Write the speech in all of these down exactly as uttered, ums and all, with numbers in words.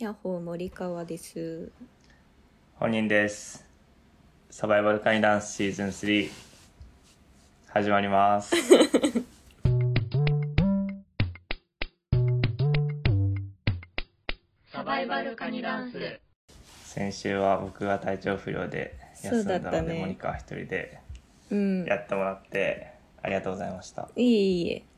ヤッホー森川です。 本人です。サバイバルカニダンスシーズンスリー始まりますサバイバルカニダンス。 先週は僕が体調不良で休んだので、ね、森川一人でやってもらって、うん、ありがとうございました。 いいいえ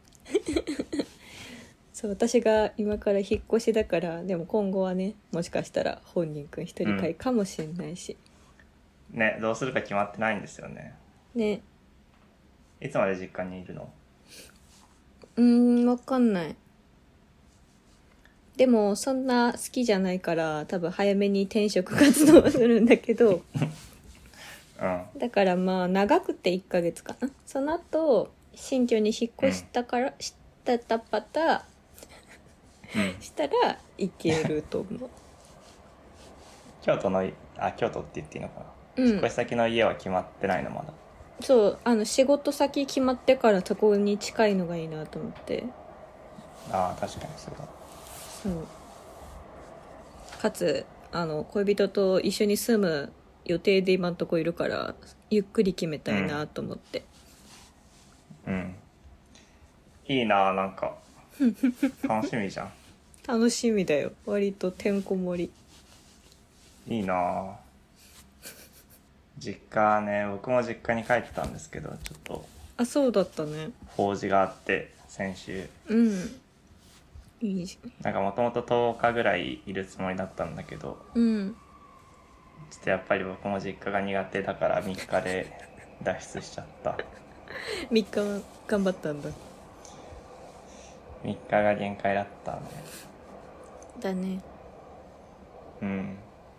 そう、私が今から引っ越しだから、でも今後はね、もしかしたら本人くん一人会かもしれないし、 うん、ね、どうするか決まってないんですよね。 ね。 いつまで実家にいるの？ うーん、わかんない。でもそんな好きじゃないから多分早めに転職活動するんだけどうん、だからまあ長くていっかげつかな。その後新居に引っ越したから、うん、したたパターンしたらいけると思う京都のあ京都って言っていいのかな、うん、引っ越し先の家は決まってないのまだ？ そう、あの仕事先決まってからそこに近いのがいいなと思って。 ああ確かにそうだ。 そう、かつあの恋人と一緒に住む予定で今んとこいるからゆっくり決めたいなと思って。 うん、うん、いいな。なんか楽しみじゃん楽しみだよ。割とてんこ盛り。いいな。実家ね、僕も実家に帰ってたんですけど、ちょっとあ、そうだったね。 法事があって先週。 うん、いいじゃん。 なんかもともととおかぐらいいるつもりだったんだけど、 うん、 ちょっとやっぱり僕も実家が苦手だからみっかで脱出しちゃったみっかは頑張ったんだ。 みっかが限界だったね。 だね。 うん。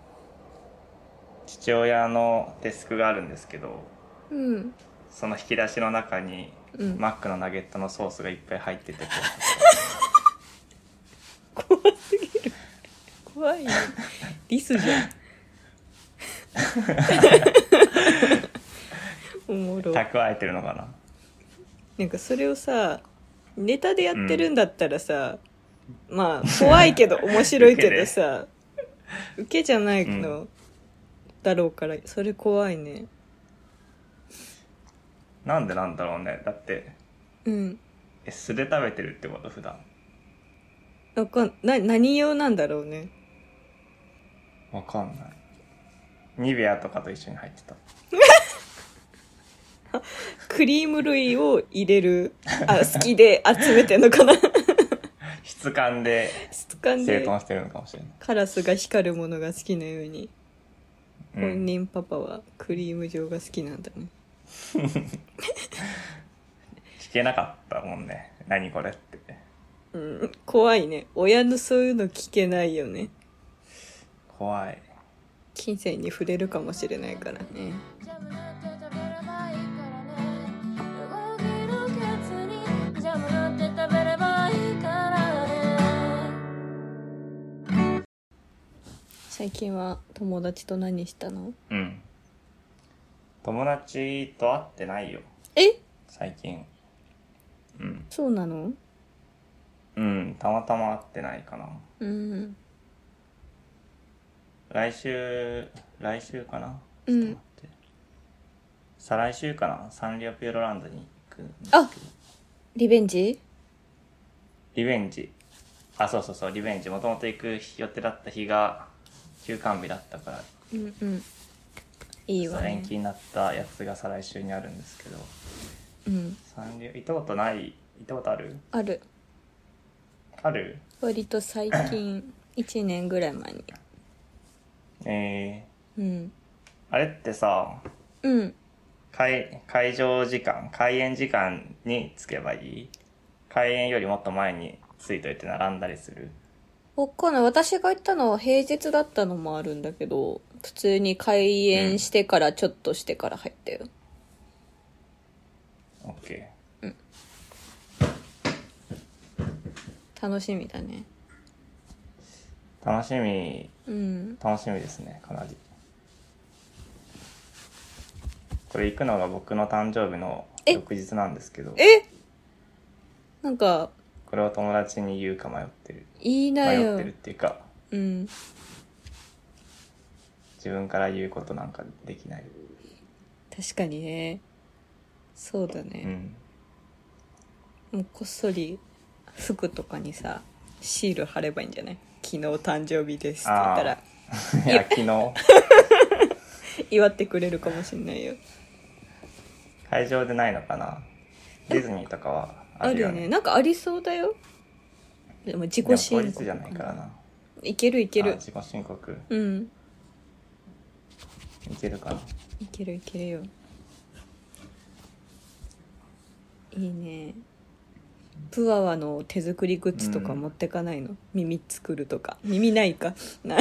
父親のデスクがあるんですけど、 うん、 その引き出しの中に、うん、マックのナゲットのソースがいっぱい入ってて怖すぎる。怖いよ。リスじゃんおもろ。 蓄えてるのかな。 なんかそれをさネタでやってるんだったらさ、うん、まあ怖いけど面白いけどさ受けじゃないの、うん、だろうからそれ怖いね。 なんでなんだろうね。だってうんえ素で食べてるってこと普段。 わかんな何用なんだろうね。 わかんない。ニベアとかと一緒に入ってたクリーム類を入れるあ好きで集めてんのかな質感で整頓してるのかもしれない。 カラスが光るものが好きなように、うん、本人パパはクリーム状が好きなんだね聞けなかったもんね。何これって、 うん、怖いね。親のそういうの聞けないよね。 怖い。 金銭に触れるかもしれないからね。最近は友達と何したの？ うん。友達と会ってないよ。 え？ 最近。うん。 そうなの？ うん、たまたま会ってないかな。 うん。 来週、来週かな？ うん。ちょっと待って。 再来週かな？サンリオピューロランドに行くんですけど。あ、リベンジ？ リベンジ。あ、そうそうそう、リベンジ。もともと行く予定だった日が休館日だったから、 うんうん、いいわね。 延期になったやつが再来週にあるんですけど、 うん、 サンリオ行ったことない？行ったことある？ ある。 ある？ 割と最近いちねんぐらい前に。 えー、うんあれってさ、 うん、 会会場時間開演時間に着けばいい？開演よりもっと前についといて並んだりする？ わかんない。私が行ったのは平日だったのもあるんだけど、普通に開演してからちょっとしてから入ったよ。 オッケー。うん。楽しみだね。 楽しみ。 うん。 楽しみですね、かなり。これ行くのが僕の誕生日の翌日なんですけど。 え？なんかこれを友達に言うか迷ってる。 いいなよ。 迷ってるっていうか、 うん、 自分から言うことなんかできない。 確かにね。そうだね、うん、もうこっそり服とかにさシール貼ればいいんじゃない？昨日誕生日ですって言ったらいや昨日祝ってくれるかもしんないよ。 会場でないのかな。ディズニーとかはあるよね。 あるよね。なんかありそうだよ。でも自己申告。 でも当日じゃないからな。 いけるいける。 自己申告。 うん。 いけるかな。 いけるいけるよ。いいね。プワワの手作りグッズとか持ってかないの？うん、耳作るとか。耳ないかな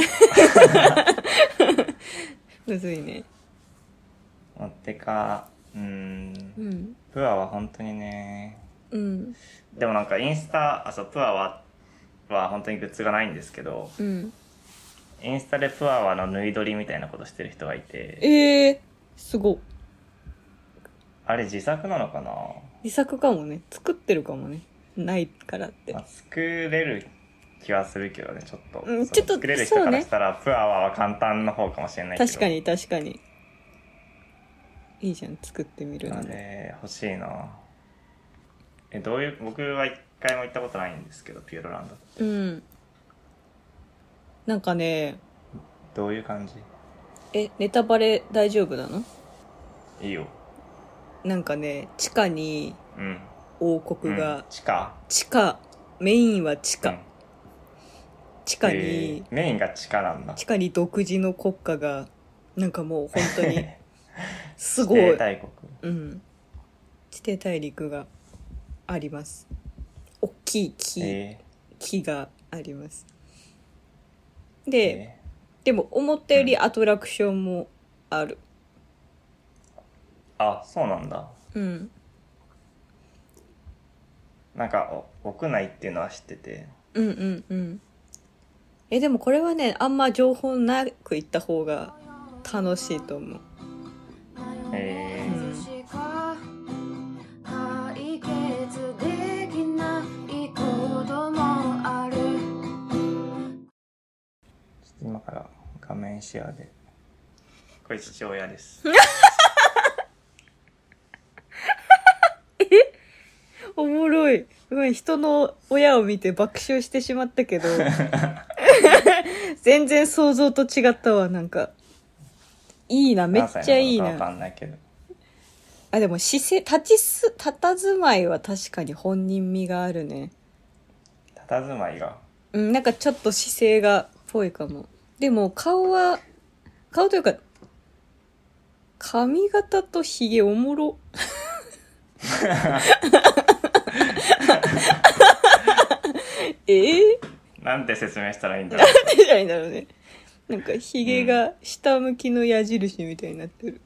むずいね。 持ってかうーん、うん、プアは本当にね、うん、でもなんかインスタあそうプアはは本当にグッズがないんですけど、うん、インスタでプアワの縫い撮りみたいなことしてる人がいて、 えー、すごい。 あれ自作なのかな。 自作かもね。作ってるかもね。ないからって、 まあ、作れる気はするけどね。ちょっと、 うん、ちょっと作れる人からしたら、ね、プアワは簡単の方かもしれないけど。 確かに確かに。いいじゃん、作ってみるの。 あれ欲しいな。えどういう、僕は一回も行ったことないんですけど、ピューロランド。 うん。なんかね。 どういう感じ？ え、ネタバレ大丈夫なの？ いいよ。 なんかね、地下に王国が、うん、 地下地下メインは地下、うん、地下に、えー、メインが地下なんだ。 地下に独自の国家がなんかもう本当にすごい地底大国、 うん、地底大陸があります。大きい木、えー、木があります。で、えー、でも思ったよりアトラクションもある、 うん、あ、そうなんだ。 うん。 なんか屋内っていうのは知ってて、 うんうんうん。えでもこれはね、あんま情報なく行った方が楽しいと思う。へえ、うん、ちょっと今から画面シェアで。これ父親ですえおもろい。ごめん、人の親を見て爆笑してしまったけど全然想像と違ったわ。なんかいいな、めっちゃいいな。 何歳なのか分かんないけど。 あ、でも姿勢、立ちす、佇まいは確かに本人味があるね。 佇まいが、 うん、なんかちょっと姿勢がぽいかも。でも顔は、顔というか髪型とヒゲおもろえー、 なんて説明したらいいんだろう。 なんて言ったらいいんだろうね。なんかヒゲが下向きの矢印みたいになってる。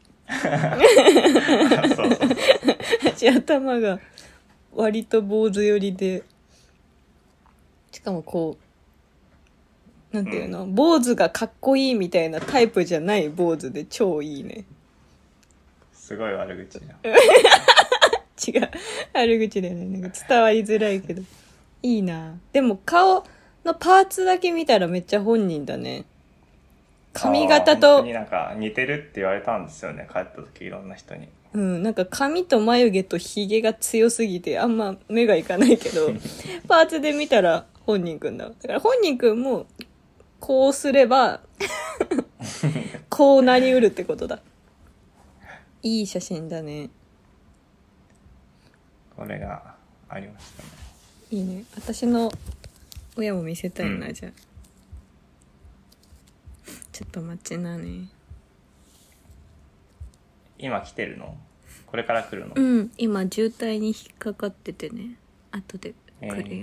そうそうそう。頭が割と坊主寄りで、しかもこうなんていうの、うん、坊主がかっこいいみたいなタイプじゃない坊主で超いいね。 すごい悪口じゃん。 違う、悪口だよね。なんか伝わりづらいけどいいな。でも顔のパーツだけ見たらめっちゃ本人だね。髪型と本当になんか似てるって言われたんですよね、帰った時いろんな人に。 うん、なんか髪と眉毛とヒゲが強すぎてあんま目がいかないけどパーツで見たら本人くんだ。だから本人くんもこうすればこうなりうるってことだ。いい写真だね。 これがありましたね。 いいね。私の親も見せたいな、うん、じゃあちょっと待ちなね。 今来てるの？これから来るの？ うん、今渋滞に引っかかっててね、後で来るよ、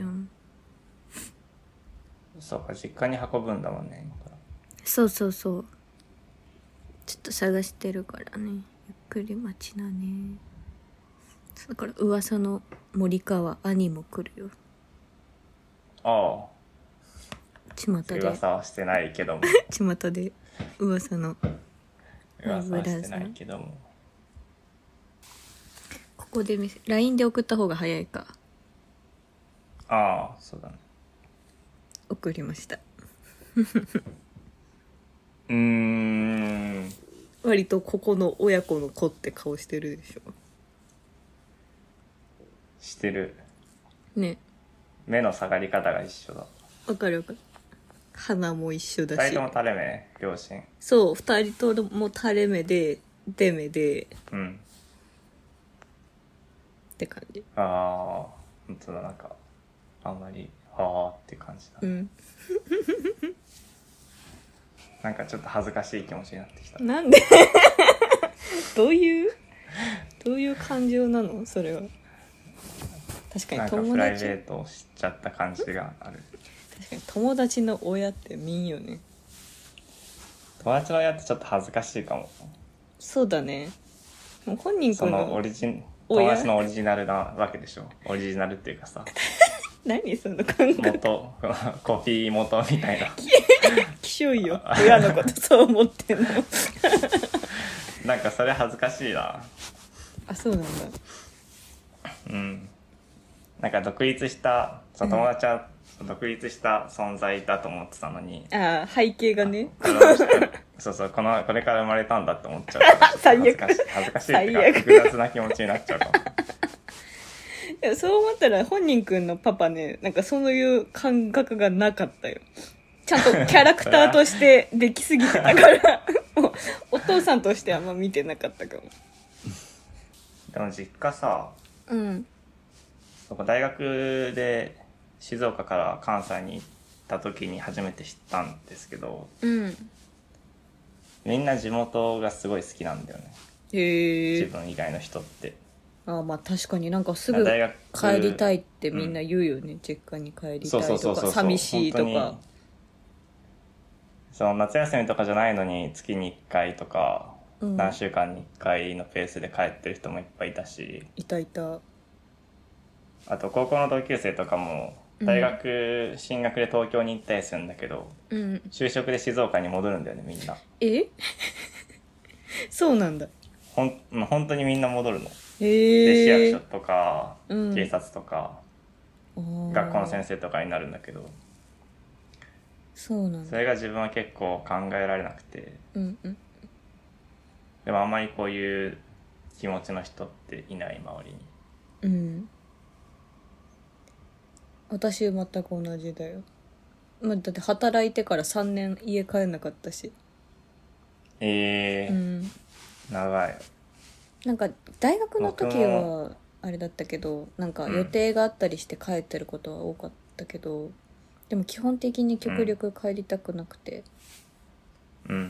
えー、そうか、実家に運ぶんだもんね今から。 そうそうそう、ちょっと探してるからね、ゆっくり待ちなね。だから噂の森川兄も来るよ。 ああ、 巷で噂はしてないけども巷で噂の噂はしてないけども、 ここで見せ ライン で送った方が早いか。 ああ、そうだね。 送りましたうーん割とここの親子の子って顔してるでしょ。 してるね。 目の下がり方が一緒だ。 わかるわかる。鼻も一緒だし。 二人とも垂れ目両親。 そう、二人とも垂れ目で出目でうんって感じ。 ああ本当だ。なんかあんまりはあって感じだ、 うん。 なんかちょっと恥ずかしい気持ちになってきた。 なんでどういうどういう感情なのそれは。確かになんか友プライベ達ートを知っちゃった感じがある。 確かに友達の親って見んよね。 友達の親ってちょっと恥ずかしいかも。 そうだね。もう本人そ君ののオリジン友親達のオリジナルなわけでしょ。オリジナルっていうかさ何その感覚。 元コピー元みたいなきしょいよ親のことそう思ってんのなんかそれ恥ずかしいな。 あ、そうなんだ。 うんなんか独立したその友達は独立した存在だと思ってたのに、 ああ、背景がね。 そうそうこのこれから生まれたんだって思っちゃうから最悪恥ずかしい恥ずかしいっていう最悪か複雑な気持ちになっちゃうかも。 いや、そう思ったら本人くんのパパね、なんかそういう感覚がなかったよ。ちゃんとキャラクターとしてできすぎてたからもうお父さんとしてあんま見てなかったかも。 でも実家さ、 うん。 そこ大学で静岡から関西に行った時に初めて知ったんですけど、 うん。 みんな地元がすごい好きなんだよね。 へえ。 自分以外の人って。 ああ、まあ確かになんかすぐ大学帰りたいってみんな言うよね、うん、実家に帰りたいそうそうそうそうとか寂しいとか。 その夏休みとかじゃないのに月にいっかいとか、 うん、 何週間にいっかいのペースで帰ってる人もいっぱいいたし、 いたいた。 あと高校の同級生とかも大学進学で東京に行ったりするんだけど、うん、就職で静岡に戻るんだよねみんな。 えそうなんだ。 ほん本当にみんな戻るの。 へー。 で市役所とか、 うん、 警察とか学校の先生とかになるんだけど、 そうなんだ。 それが自分は結構考えられなくて、 うんうん、 でもあんまりこういう気持ちの人っていない周りに。 うん。私全く同じだよ。まあ、だって働いてからさんねん家帰んなかったし。 えー、うん、長い。 なんか大学の時はあれだったけど、なんか予定があったりして帰ってることは多かったけど、うん、でも基本的に極力帰りたくなくて。 うん、うん、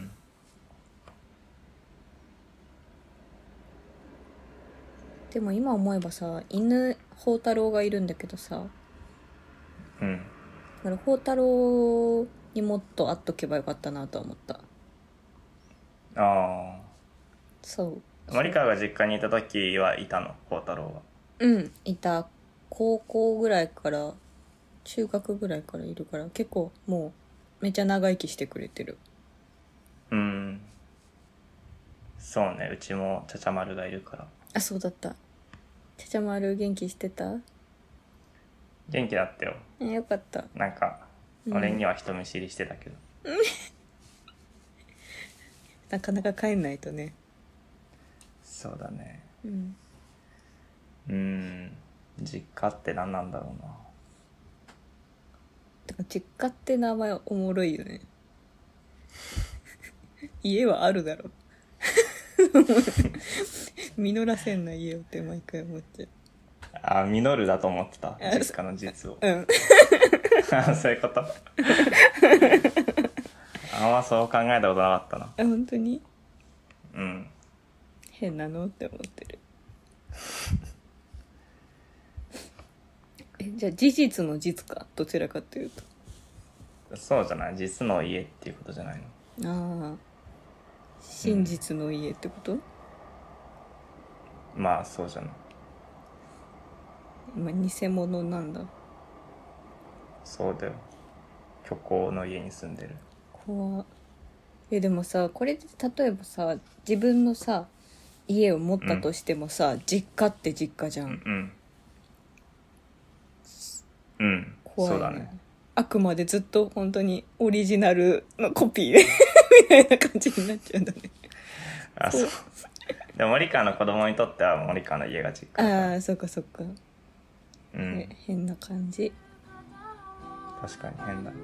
でも今思えばさ、犬宝太郎がいるんだけどさ、 うん、 だから宝太郎にもっと会っとけばよかったなとは思った。ああ、 そう。 森川が実家にいた時はいたの宝太郎は。 うんいた。高校ぐらいから中学ぐらいからいるから、結構もうめっちゃ長生きしてくれてる。 うん、そうね、うちもちゃちゃ丸がいるから。 あ、そうだった。ちゃちゃ丸元気してた？ 元気だったよ。 よかった。 なんか俺には人見知りしてたけど、うん、 なかなか帰んないとね。 そうだね。 うん、 うーん、実家って何なんだろうな。 だから実家って名前おもろいよね家はあるだろ実らせんな家をって毎回思っちゃう。 あ、実るだと思ってた実家の実を。うんそういうことあんまそう考えたことなかったな。 あ、本当に？ うん、 変なのって思ってるえ、じゃあ事実の実か、どちらかというと。そうじゃない、実の家っていうことじゃないの？ああ、真実の家ってこと？ うん、まあそうじゃない。 まあ偽物なんだ。 そうだよ、虚構の家に住んでる。 怖っ。え、でもさ、これで例えばさ、自分のさ家を持ったとしてもさ、うん、実家って実家じゃん。 うんうん、うん、 怖いね。 そうだね。 あくまでずっと本当にオリジナルのコピーでみたいな感じになっちゃうんだね。 あ、そう。でも森川の子供にとっては森川の家が実家。 ああ、そっかそっか。 うん。 変な感じ。 確かに変だね。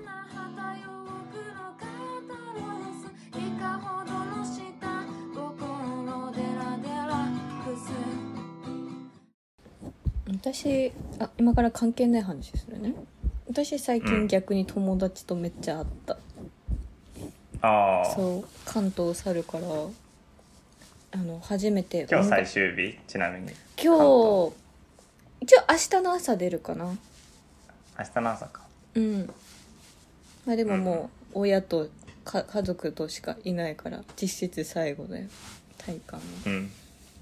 私、あ、今から関係ない話するね。私最近逆に友達とめっちゃ会った、うん、 ああ、 そう関東去るからあの初めて。 今日最終日？ちなみに今日一応明日の朝出るかな。 明日の朝か。 うん。まあでももう親とか家族としかいないから実質最後だよ、体感は。 うん。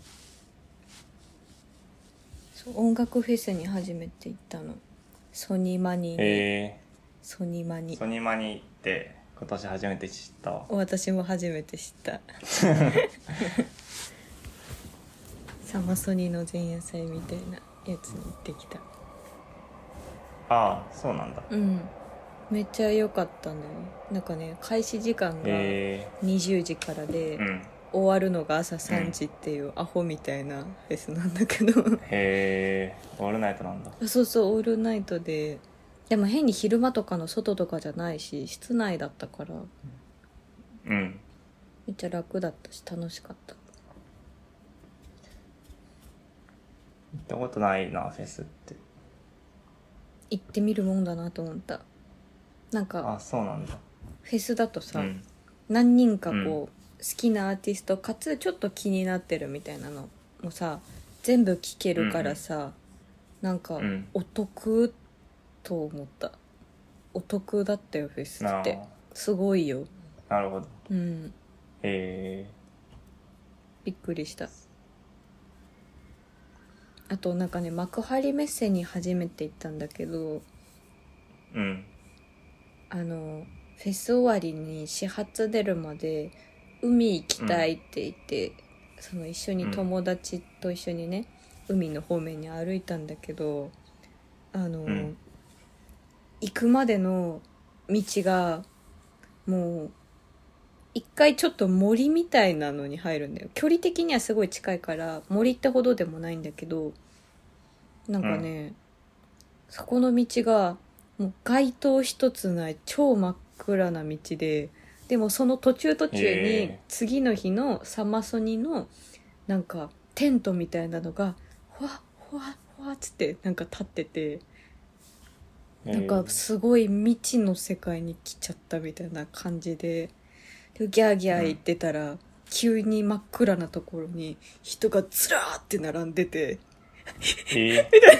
そう音楽フェスに初めて行ったの。ソニマニに。 へー。 ソニマニ。 ソニマニって今年初めて知ったわ。 私も初めて知ったサマソニの前夜祭みたいなやつに行ってきた。 ああ、そうなんだ。 うん、めっちゃ良かったんだよね。なんかね、開始時間がにじゅうじからで、 うん、 終わるのが朝さんじっていうアホみたいなフェスなんだけどへえ、オールナイトなんだ。 そうそう、オールナイトで、でも変に昼間とかの外とかじゃないし室内だったから、 うん、 めっちゃ楽だったし楽しかった。 行ったことないな、フェスって。 行ってみるもんだなと思った。なんかあ、そうなんだ。 フェスだとさ、 うん、 何人かこう、うん、好きなアーティストかつちょっと気になってるみたいなのもさ全部聴けるからさ、うんうん、なんかお得と思った。お得だったよフェスってすごいよ。 なるほど。 うん。 へえ、 びっくりした。あとなんかね、幕張メッセに初めて行ったんだけど、 うん、 あのフェス終わりに始発出るまで海行きたいって言って、うん、その一緒に友達と一緒にね、うん、海の方面に歩いたんだけど、あの、うん、行くまでの道がもう一回ちょっと森みたいなのに入るんだよ。距離的にはすごい近いから森ってほどでもないんだけど、なんかね、うん、そこの道がもう街灯一つない超真っ暗な道で、でもその途中途中に次の日のサマソニのなんかテントみたいなのがほわほわほわっつってなんか立ってて、なんかすごい未知の世界に来ちゃったみたいな感じで、でギャーギャー言ってたら、うん、急に真っ暗なところに人がずらーって並んでてえー、みたいな、こ怖い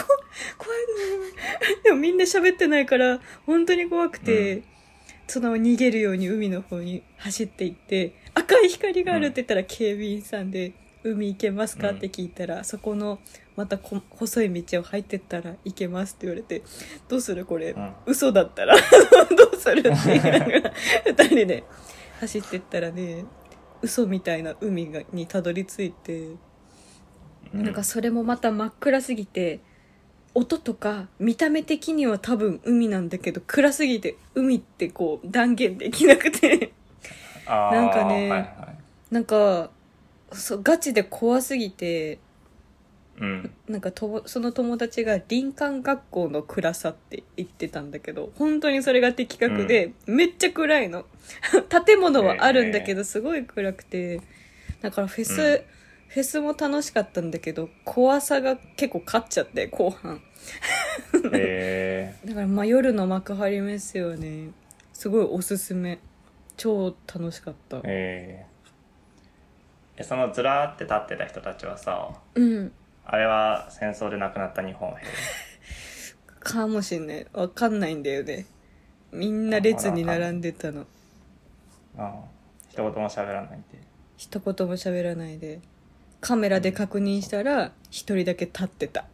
の。でもみんな喋ってないから本当に怖くて、うん、その逃げるように海の方に走っていって、赤い光があるって言ったら警備員さんで、海行けますかって聞いたら、うん、そこのまたこ細い道を入ってったら行けますって言われて、どうするこれ、うん、嘘だったらどうするって言いながらふたりで走ってったらね、嘘みたいな海がにたどり着いて、なんかそれもまた真っ暗すぎて、音とか見た目的には多分海なんだけど暗すぎて海ってこう断言できなくてなんかね、はいはい、なんかそガチで怖すぎて、うん、なんかとその友達が林間学校の暗さって言ってたんだけど、本当にそれが的確で、うん、めっちゃ暗いの建物はあるんだけどすごい暗くて、だからフェス、うん、フェスも楽しかったんだけど怖さが結構勝っちゃって後半へだからまあ夜の幕張メッセはねすごいおすすめ、超楽しかった。 へえ、そのずらーって立ってた人たちはさ、 うん、 あれは戦争で亡くなった日本兵かもしんない、わかんないんだよね。みんな列に並んでたの。 ああ、一言も喋らないで。 一言も喋らないでカメラで確認したら一人だけ立ってた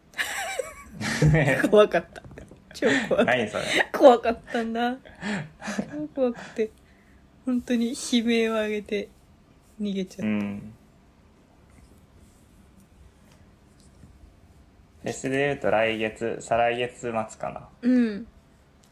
怖かった、超怖かった。 何それ、 怖かったんだ超怖くて本当に悲鳴を上げて逃げちゃった。うん、 フェスでいうと来月再来月末かな。 うん、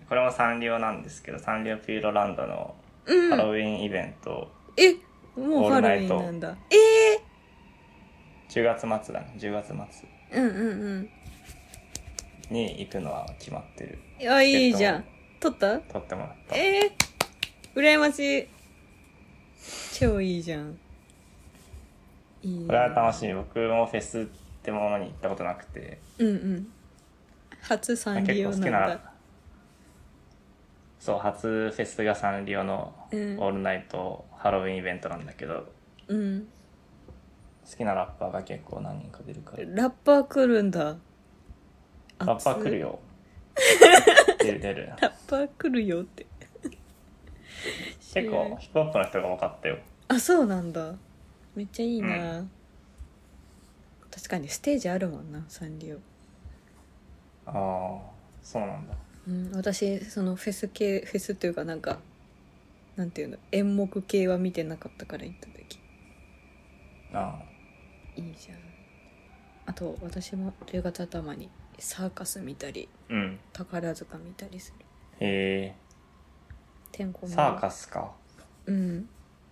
これもサンリオなんですけど、サンリオピューロランドのハロウィンイベント、 うん、えもうハロウィンなんだ。ええー、じゅうがつ末だね。じゅうがつ末うんうんうんに行くのは決まってる。 いやいいじゃん。撮った撮ってもらった。 ええー、羨ましい。超いいじゃん。いい。 これは楽しみ。僕もフェスってものに行ったことなくて、 うんうん初サンリオなんだ。結構好きな、 そう初フェスがサンリオのオールナイトハロウィンイベントなんだけど、 うん、 好きなラッパーが結構何人か出るから。 ラッパー来るんだ。 ラッパー来るよ。出る出る。 ラッパー来るよって結構ヒップホップの人が多かったよ。 あ、そうなんだ。めっちゃいいな、 うん、 確かにステージあるもんなサンリオ。 ああそうなんだ。 うん、私そのフェス系フェスっていうかなんかなんていうの演目系は見てなかったから行った時。 ああいいじゃん。あと私もじゅうがつ頭にサーカス見たり、 うん、 宝塚見たりする。 へえ。 てんこ盛り。 サーカスか。 うん。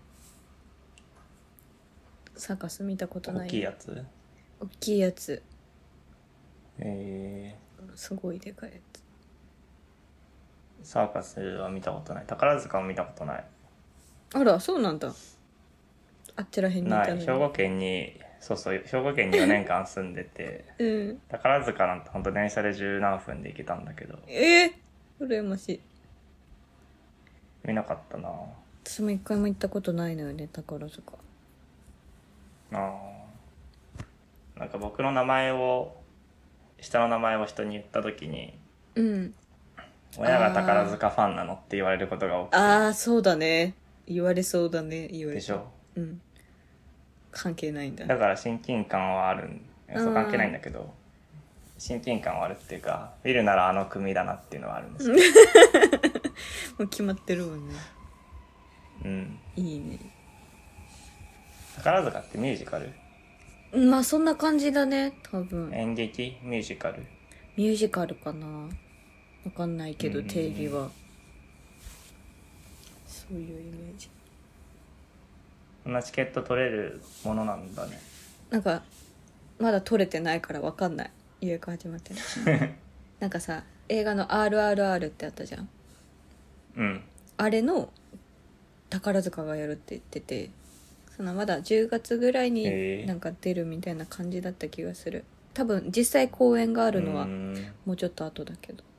サーカス見たことない。 大きいやつ。 大きいやつ。 へえ。 すごいでかいやつ。 サーカスは見たことない。宝塚も見たことない。 あらそうなんだ。あっちらへんにいたのに。 ない。兵庫県にそうそう兵庫県によねんかん住んでて、 うん、 宝塚なんてほんと電車で十何分で行けたんだけど。 えー、羨ましい。 見なかったな。 私も一回も行ったことないのよね宝塚。 ああ。なんか僕の名前を下の名前を人に言った時に、 うん、 親が宝塚ファンなのって言われることが多くて。 ああそうだね、言われそうだね。言われでしょ。 うん、関係ないんだ。 だから親近感はあるん。そう関係ないんだけど親近感はあるっていうか、見るならあの組だなっていうのはあるんですよもう決まってるもんね。 うん。 いいね。 宝塚ってミュージカル？ まあそんな感じだね多分。 演劇？ミュージカル？ ミュージカルかな、わかんないけど定義は。そういうイメージ。 こんなチケット取れるものなんだね。 なんかまだ取れてないからわかんない。予約始まってないなんかさ映画の アールアールアール ってあったじゃん。 うん。 あれの宝塚がやるって言ってて、そのまだじゅうがつぐらいになんか出るみたいな感じだった気がする。多分実際公演があるのはもうちょっと後だけど。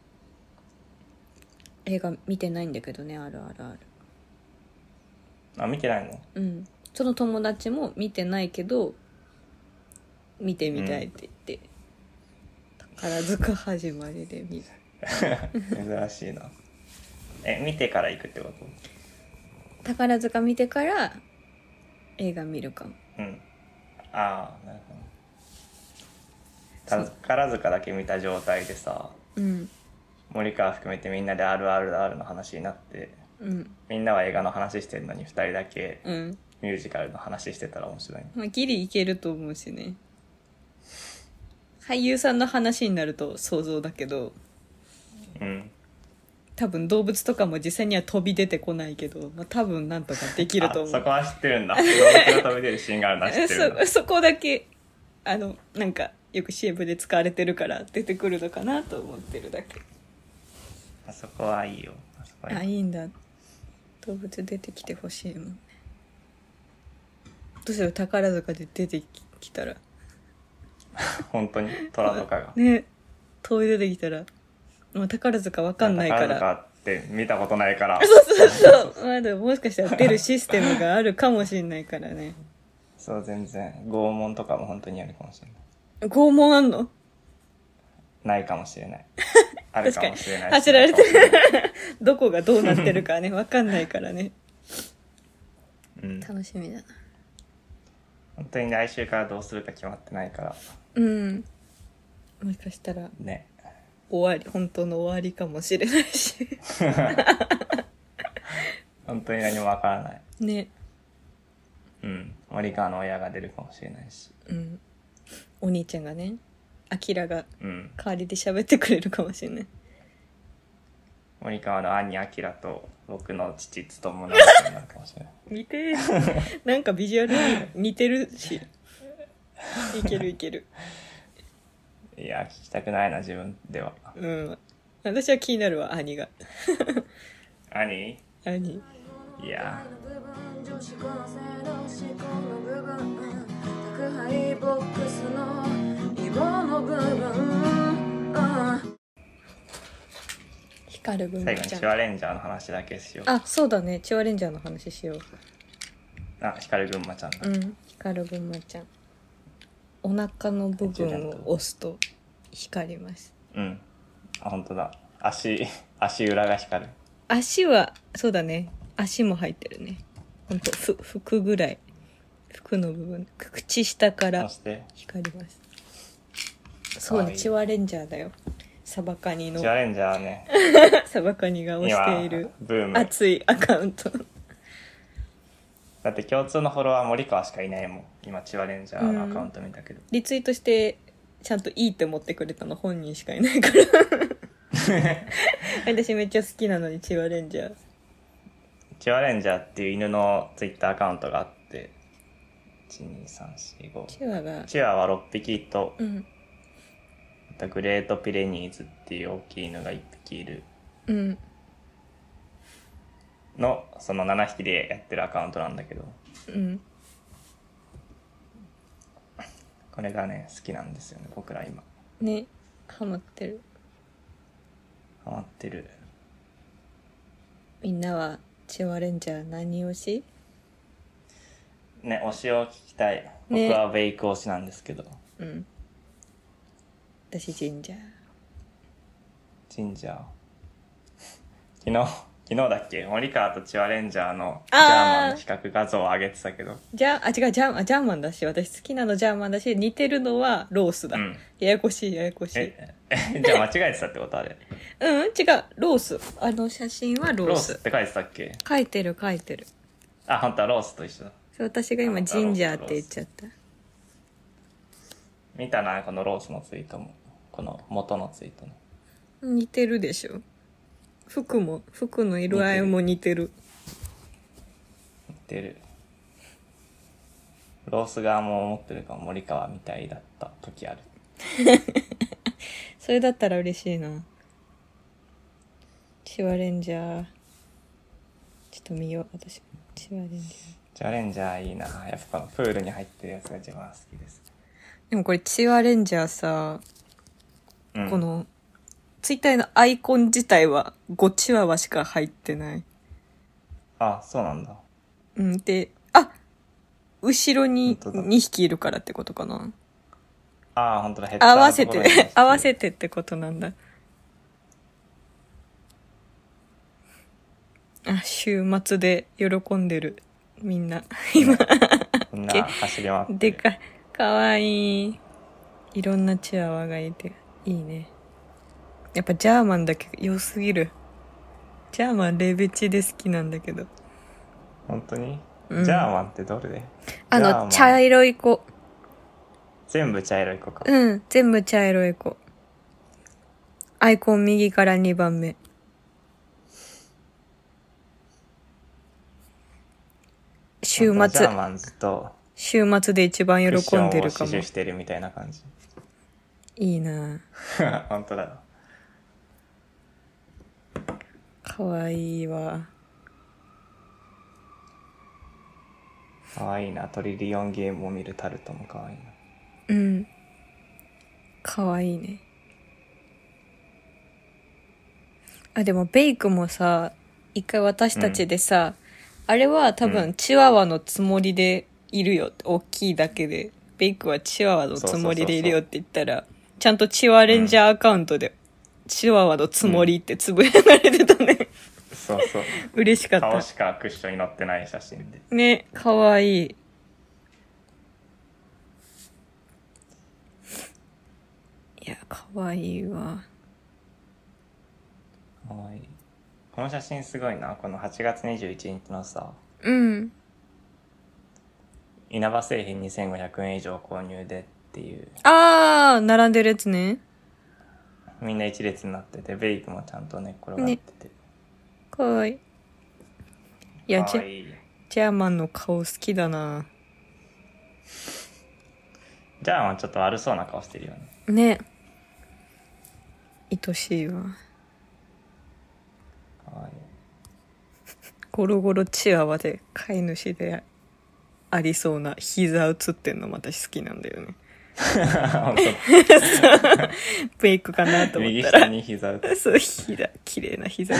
映画見てないんだけどね アールアールアール。 あ、見てないの？ うん。その友達も見てないけど見てみたいって言って、うん、宝塚始まりで見る珍しいな。え、見てから行くってこと？ 宝塚見てから映画見るかも。 うん。ああ、なるほど。宝塚だけ見た状態でさ、 うん、 森川含めてみんなで アールアールアール の話になって、 うん、 みんなは映画の話してるのにふたりだけうん、 ミュージカルの話してたら面白い、ね。 まあギリいけると思うしね。俳優さんの話になると想像だけど、 うん、 多分動物とかも実際には飛び出てこないけど、まあ、多分なんとかできると思う。 あ、そこは知ってるんだ。動物が飛び出るシーンがあるのは知ってるんだ。 そ, そこだけあのなんかよく シーエム で使われてるから出てくるのかなと思ってるだけ。 あそこはいいよ。あそこはいい。 あ、いいんだ。動物出てきてほしいもんね。どうする宝塚で出てきたら本当に虎とかがね、飛び出てきたら、まあ、宝塚わかんないから。 宝塚って見たことないからそうそうそうまだもしかしたら出るシステムがあるかもしれないからね。 そう、全然拷問とかも本当にあるかもしれない。 拷問あんの？ ないかもしれない。あるかもしれない。 走られてるどこがどうなってるかねわかんないからね、うん、楽しみだな。 本当に来週からどうするか決まってないから、 うん、もしかしたらね、 終わり、本当の終わりかもしれないし本当に何もわからないね。 うん、森川の親が出るかもしれないし、 うん、お兄ちゃんがね、アキラが代わりで喋ってくれるかもしれない、 森川の兄あきらと僕の父つともなるなるかもしれない。 似てる。なんかビジュアルに似てるし。いけるいける。 いや聞きたくないな自分では。 うん。私は気になるわ兄が。 兄？ 兄。 いや。 光る分最後にチュアレンジャーの話だけしよう。 あ、そうだね。チュアレンジャーの話しよう。 あ、光る群馬ちゃんだ。 うん、光る群馬ちゃん。お腹の部分を押すと光ります。 うん。あ、本当だ。足、足裏が光る。 足は、そうだね。足も入ってるね。ほんと、ふ、服ぐらい。服の部分。口下から光ります。そうね、チュアレンジャーだよ。サバカニの。 チュアレンジャーね。 サバカニが推しているブーム熱いアカウント。 だって共通のフォロワー森川しかいないもん。今チュアレンジャーのアカウント見たけど、うん、 リツイートしてちゃんといいって思ってくれたの本人しかいないから私めっちゃ好きなのにチュアレンジャーチュアレンジャーっていう犬のツイッターアカウントがあって、いちにさんしごチュアがチュアはろっぴきと、 うん、 またグレートピレニーズっていう大きい犬がいっぴきいる、 うんのそのななひきでやってるアカウントなんだけど、 うん、 これがね好きなんですよね僕ら今ね。ハマってるハマってる。 みんなはチュアレンジャー何推し？ ね、推しを聞きたい。僕はベイク推しなんですけど、ね、 うん、私ジンジャージンジャー昨日昨日だっけ森川とチュアレンジャーのジャーマンの比較画像を上げてたけど、 じゃあ、あ、違う、ジャー、ジャーマンだし、私好きなのジャーマンだし、似てるのはロースだ。うん、ややこしい、ややこしい。 え、じゃあ間違えてたってことあれ？ うん、違う、ロース。あの写真はロース。 ロースって書いてたっけ？ 書いてる、書いてる。 あ、本当はロースと一緒だ。 そう、私が今ジンジャーって言っちゃった。 見たな、このロースのツイートも。この元のツイートの。 似てるでしょ。服も、服の色合いも似てる。 似てる。ロース側も思ってるかも森川みたいだった時ある。 それだったら嬉しいな。チュアレンジャー。ちょっと見よう、私。チュアレンジャー。 チュアレンジャーいいな。やっぱこのプールに入ってるやつが一番好きです。 でもこれチュアレンジャーさ、 うん、 この、ツイッターのアイコン自体はごチワワしか入ってない。 あ、そうなんだ。 うん、で、あ、後ろににひきいるからってことかな。 ああ、本当だ。ヘッダー合わせて、合わせてってことなんだ。あ、週末で喜んでる。みんな。今。 みんな走り回ってる。 でかい。かわいい。いろんなチワワがいて、いいね。やっぱジャーマンだけ良すぎる。ジャーマンレベチで好きなんだけど。 本当に、うん、ジャーマンってどれで？ あの、茶色い子。 全部茶色い子か。 うん、全部茶色い子。アイコン右からにばんめ。週末。ジャーマンズと週末で一番喜んでるかも。クッションを死守してるみたいな感じ。 いいな本当だ。 かわいいわ。 かわいいな。トリリオンゲームを見るタルトもかわいいな。 うん。かわいいね。あ、でもベイクもさ、一回私たちでさ、うん、あれは多分チワワのつもりでいるよって、大きいだけで、ベイクはチワワのつもりでいるよって言ったら、そうそうそうそう、ちゃんとチワレンジャーアカウントで、うん、チワワのつもりってつぶやかれてたね、うん、 そうそう嬉しかった。 顔しかクッションに載ってない写真でね、かわいい。いや、かわいいわ。 かわいい。この写真すごいな。このはちがつにじゅういちにちのさ、 うん、 稲葉製品にせんごひゃくえん以上購入でっていう。 あー、並んでるやつね。 みんな一列になってて、ベイクもちゃんと寝っ転がってて、ね、 かわいい。いや、 かわいい。 ジャーマンの顔好きだな。 ジャーマンちょっと悪そうな顔してるよね。 ね、愛しいわ。 かわいい。 ゴロゴロチワワで飼い主でありそうな膝映ってんの私好きなんだよね。ベイクかなと思ったら右下に膝映ってる。 そう、膝綺麗な膝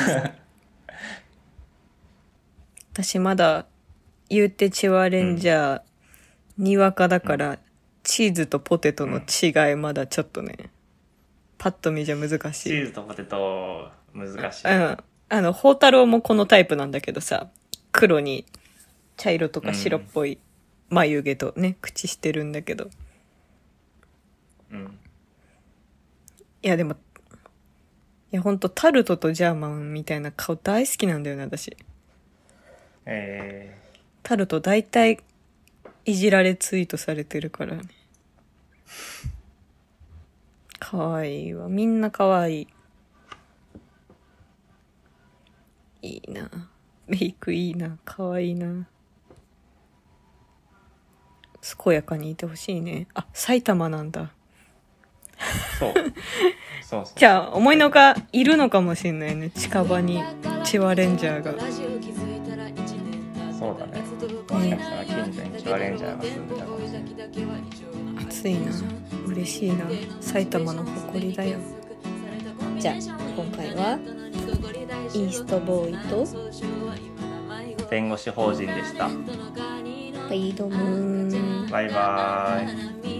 私まだ言うてチワレンジャー、うん、にわかだから、うん、チーズとポテトの違いまだちょっとね、うん、パッと見じゃ難しい。 チーズとポテト難しい。 うん。あの、宝太郎もこのタイプなんだけどさ、黒に茶色とか白っぽい眉毛とね、うん、口してるんだけど。 うん。 いやでも、いやほんとタルトとジャーマンみたいな顔大好きなんだよね、私。 えー、 タルト大体いじられツイートされてるからね。かわいいわ。みんなかわいい。いいな。メイクいいな。かわいいな。健やかにいてほしいね。あ、埼玉なんだ。 そう。そうそう。 じゃあ、思いのがいるのかもしれないね。近場にチワレンジャーが。 そうだね。もしかしたら近所にチワレンジャーが住んでたかもしれない。 暑いな。嬉しいな。埼玉の誇りだよ。じゃあ、今回はイーストボーイと弁護士法人でした。 バイドムーン。 バイバーイ。